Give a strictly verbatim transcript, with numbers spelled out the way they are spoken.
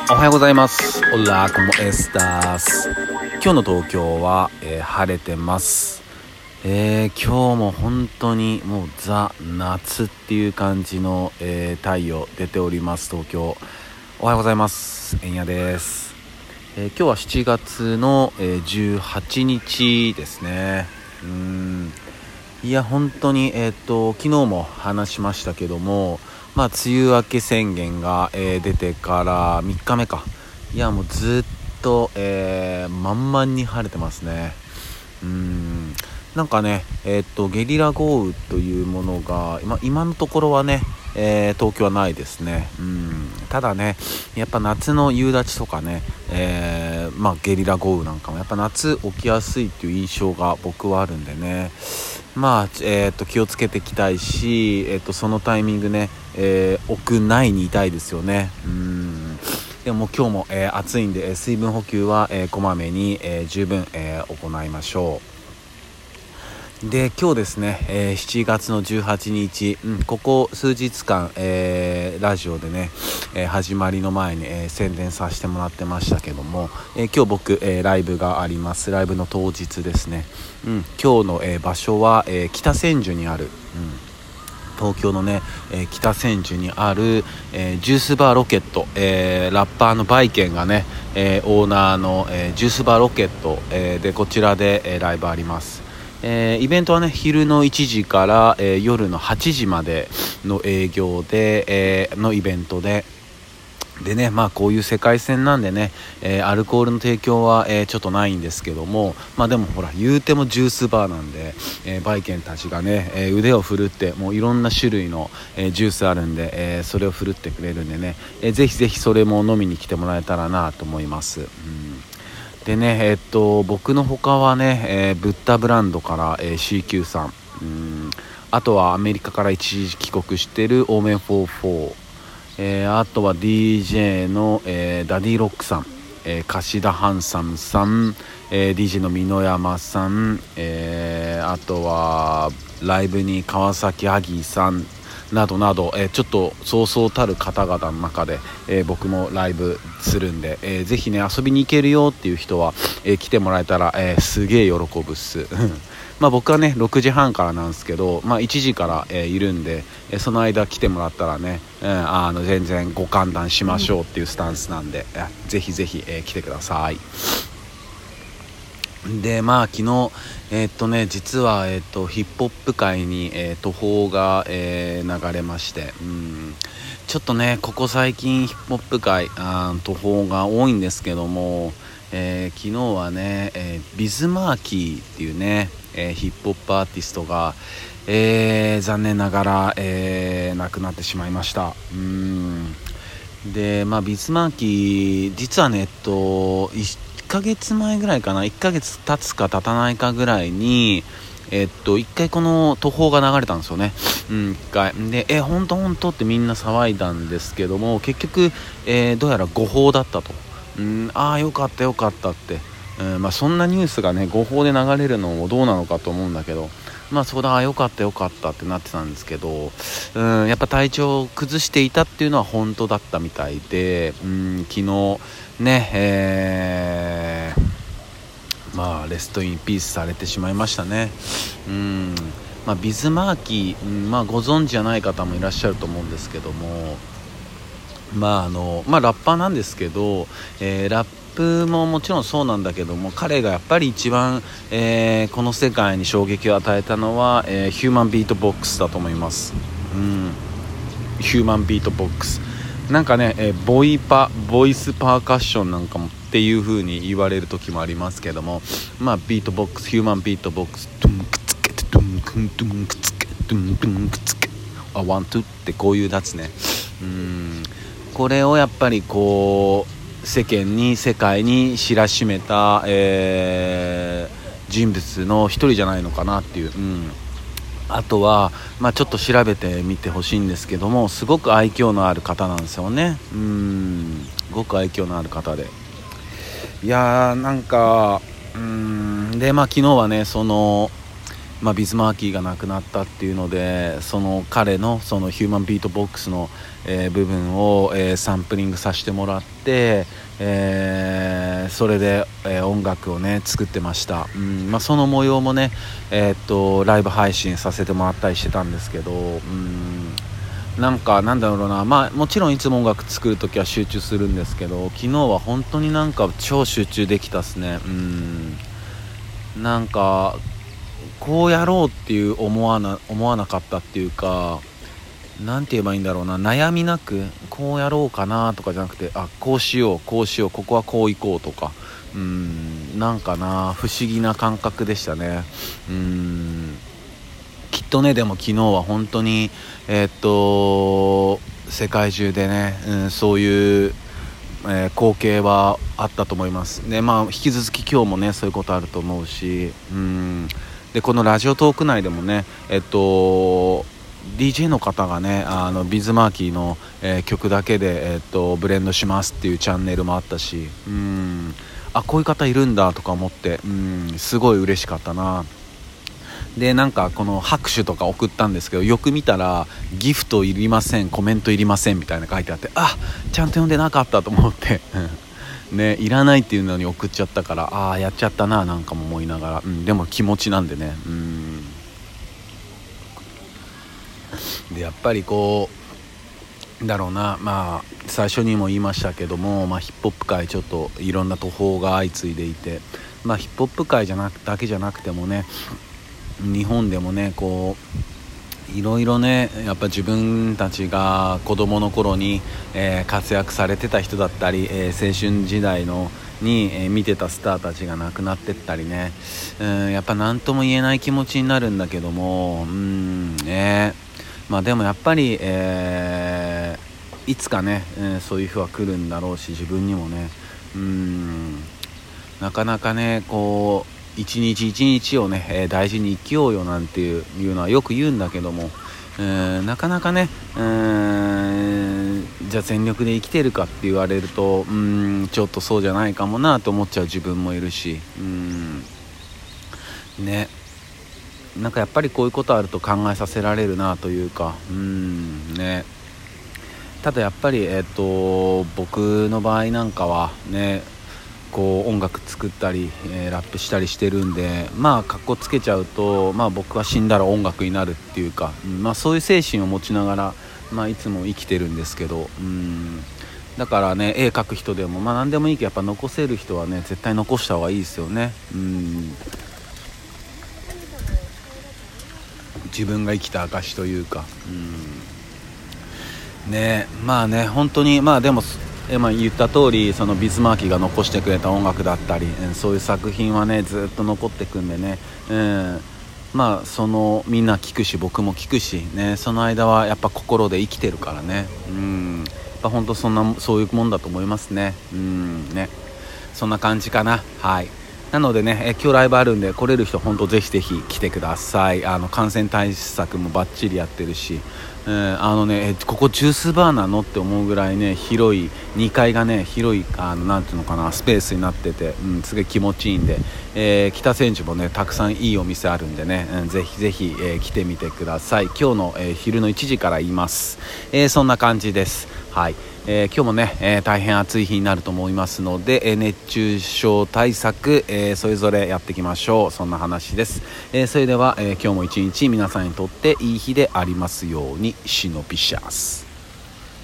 おはようございます。オラコモエスタス。今日の東京は、えー、晴れてます。えー、今日も本当にもうザ夏っていう感じの、えー、太陽出ております。東京。おはようございます。えんやです。えー、今日はしちがつの、えー、じゅうはちにちですね。うーんいや本当に、えー、と昨日も話しましたけども、まあ、梅雨明け宣言が、えー、出てからみっかめか。いやもうずっと、えー、満々に晴れてますね。うーんなんかね、えー、とゲリラ豪雨というものが 今, 今のところはね、えー、東京はないですね。うんただねやっぱ夏の夕立とかね、えーまあ、ゲリラ豪雨なんかもやっぱ夏起きやすいっていう印象が僕はあるんでね、まあえー、と気をつけていきたいし、えー、とそのタイミングね、えー、屋内にいたいですよね。うんでも今日も、えー、暑いんで水分補給は、えー、こまめに、えー、十分、えー、行いましょう。で今日ですね、えー、しちがつのじゅうはちにち、うん、ここ数日間、えー、ラジオでね、えー、始まりの前に、えー、宣伝させてもらってましたけども、えー、今日僕、えー、ライブがあります。ライブの当日ですね、うん、今日の、えー、場所は、えー、北千住にある、うん東京のね、えー、北千住にある、えー、ジュースバーロケット、えー、ラッパーのバイケンがね、えー、オーナーの、えー、ジュースバーロケット、えー、でこちらで、えー、ライブあります。えー、イベントはね昼のいちじから、えー、夜のはちじまでの営業で、えー、のイベントででねまあこういう世界線なんでね、えー、アルコールの提供は、えー、ちょっとないんですけども、まあでもほら言うてもジュースバーなんで、えー、バイケンたちがね、えー、腕を振るってもういろんな種類の、えー、ジュースあるんで、えー、それを振るってくれるんでね、えー、ぜひぜひそれも飲みに来てもらえたらなと思います。うんでねえー、っと僕の他はね、えー、ブッダブランドから、えー、シーキュー さん、うんあとはアメリカから一時帰国してるオーメンフォーフォー、えー、あとは ディージェー の、えー、ダディロックさん、えー、柏田ハンサムさん、えー、ディージェー の美濃山さん、えー、あとはライブに川崎アギーさんなどなど、えー、ちょっとそうそうたる方々の中で、えー、僕もライブするんで、えー、ぜひね遊びに行けるよっていう人は、えー、来てもらえたら、えー、すげえ喜ぶっすまあ僕はねろくじはんからなんですけど、まあ、いちじから、えー、いるんで、えー、その間来てもらったらね、うん、あの全然ご歓談しましょうっていうスタンスなんで、えー、ぜひぜひ、えー、来てください。でまあ昨日えー、っとね実は、えー、っとヒップホップ界に、えー、途方が、えー、流れまして、うんちょっとねここ最近ヒップホップ界あ途方が多いんですけども、えー、昨日はね、えー、ビズマーキーっていうね、えー、ヒップホップアーティストが、えー、残念ながら、えー、亡くなってしまいました。うんでまあビズマーキー実はねえっといっかげつまえぐらいかないっかげつ経つか経たないかぐらいにえっといっかいこの途方が流れたんですよね。うんいっかいでえほんとほんとってみんな騒いだんですけども結局、えー、どうやら誤報だったと。うんああよかったよかったって、うんまあ、そんなニュースがね誤報で流れるのもどうなのかと思うんだけど、まあそうだよかったよかったってなってたんですけど、うんやっぱ体調を崩していたっていうのは本当だったみたいで、うん昨日ねえー、まあレストインピースされてしまいましたね。うんまあビズマーキー、うんまあご存知じゃない方もいらっしゃると思うんですけども、まああのまあラッパーなんですけど、えー、ラップももちろんそうなんだけども彼がやっぱり一番、えー、この世界に衝撃を与えたのは、えー、ヒューマンビートボックスだと思います。うんヒューマンビートボックスなんかね、えー、ボイパボイスパーカッションなんかもっていう風に言われる時もありますけども、まあビートボックスヒューマンビートボックスドゥンクツケドゥンクンドゥンクツケドゥンドゥンクツケあワントゥってこういうやつね。うんこれをやっぱりこう世間に世界に知らしめた、えー、人物の一人じゃないのかなっていう、うん、あとは、まあ、ちょっと調べてみてほしいんですけどもすごく愛嬌のある方なんですよね。うんすごく愛嬌のある方でいやーなんかうーんでまあ昨日はねそのまあ、ビズマーキーが亡くなったっていうので、その彼のそのヒューマンビートボックスの、えー、部分を、えー、サンプリングさせてもらって、えー、それで、えー、音楽をね作ってました、うんまあ、その模様もね、えー、っとライブ配信させてもらったりしてたんですけど、うんなんかなんだろうな、まあもちろんいつも音楽作るときは集中するんですけど、昨日は本当になんか超集中できたっすね。うんなんかこうやろうっていう思わな思わなかったっていうか、なんて言えばいいんだろうな、悩みなくこうやろうかなとかじゃなくて、あこうしようこうしようここはこう行こうとか、うーんなんかな不思議な感覚でしたね。うーんきっとね、でも昨日は本当にえー、っと世界中でね、うん、そういう、えー、光景はあったと思いますで、まあ引き続き今日もねそういうことあると思うし、うんでこのラジオトーク内でもねえっと ディージェー の方がねあのビズマーキーの、えー、曲だけで、えー、っとブレンドしますっていうチャンネルもあったし、うんあこういう方いるんだとか思って、うんすごい嬉しかったな。でなんかこの拍手とか送ったんですけど、よく見たらギフトいりませんコメントいりませんみたいな書いてあって、あちゃんと読んでなかったと思ってね、いらないっていうのに送っちゃったから、ああやっちゃったななんかも思いながら、うん、でも気持ちなんでね、うんでやっぱりこうだろうな、まあ最初にも言いましたけども、まあ、ヒップホップ界ちょっといろんな途方が相次いでいて、まあ、ヒップホップ界じゃなくだけじゃなくてもね、日本でもねこういろいろねやっぱ自分たちが子供の頃に、えー、活躍されてた人だったり、えー、青春時代のに、えー、見てたスターたちが亡くなってったりね、うんやっぱ何とも言えない気持ちになるんだけども、うんねまあでもやっぱり、えー、いつかね、えー、そういう日は来るんだろうし、自分にもねうんなかなかねこう一日一日をね、えー、大事に生きようよなんていう、いうのはよく言うんだけども、えー、なかなかね、えー、じゃあ全力で生きてるかって言われると、うんちょっとそうじゃないかもなと思っちゃう自分もいるし、うんねなんかやっぱりこういうことあると考えさせられるなというか、うんねただやっぱり、えー、と僕の場合なんかはねこう音楽作ったり、えー、ラップしたりしてるんで、まあかっこつけちゃうと、まあ、僕は死んだら音楽になるっていうか、うんまあ、そういう精神を持ちながら、まあ、いつも生きてるんですけど、うんだからね絵描く人でも、まあ、何でもいいけどやっぱ残せる人はね絶対残した方がいいですよね。うん自分が生きた証というか、うんねまあね本当にまあでもえまあ、言った通りそのビズマーキーが残してくれた音楽だったり、うん、そういう作品はねずっと残ってくんでね、うん、まあそのみんな聞くし僕も聞くしね、その間はやっぱ心で生きてるからね、うんやっぱ本当そんなそういうもんだと思いますね。うんねそんな感じかな。はいなのでね、え今日ライブあるんで来れる人本当ぜひぜひ来てください。あの感染対策もバッチリやってるし、うん、あのねここジュースバーなのって思うぐらいね広いにかいがね広いあのなんていうのかなスペースになってて、うん、すごい気持ちいいんで、えー、北千住もねたくさんいいお店あるんでね、うん、ぜひぜひ、えー、来てみてください。今日の、えー、昼のいちじからいます、えー、そんな感じです。はい、えー、今日もね、えー、大変暑い日になると思いますので、えー、熱中症対策、えー、それぞれやっていきましょう。そんな話です。えー、それでは、えー、今日も一日皆さんにとっていい日でありますように。シノピシャス。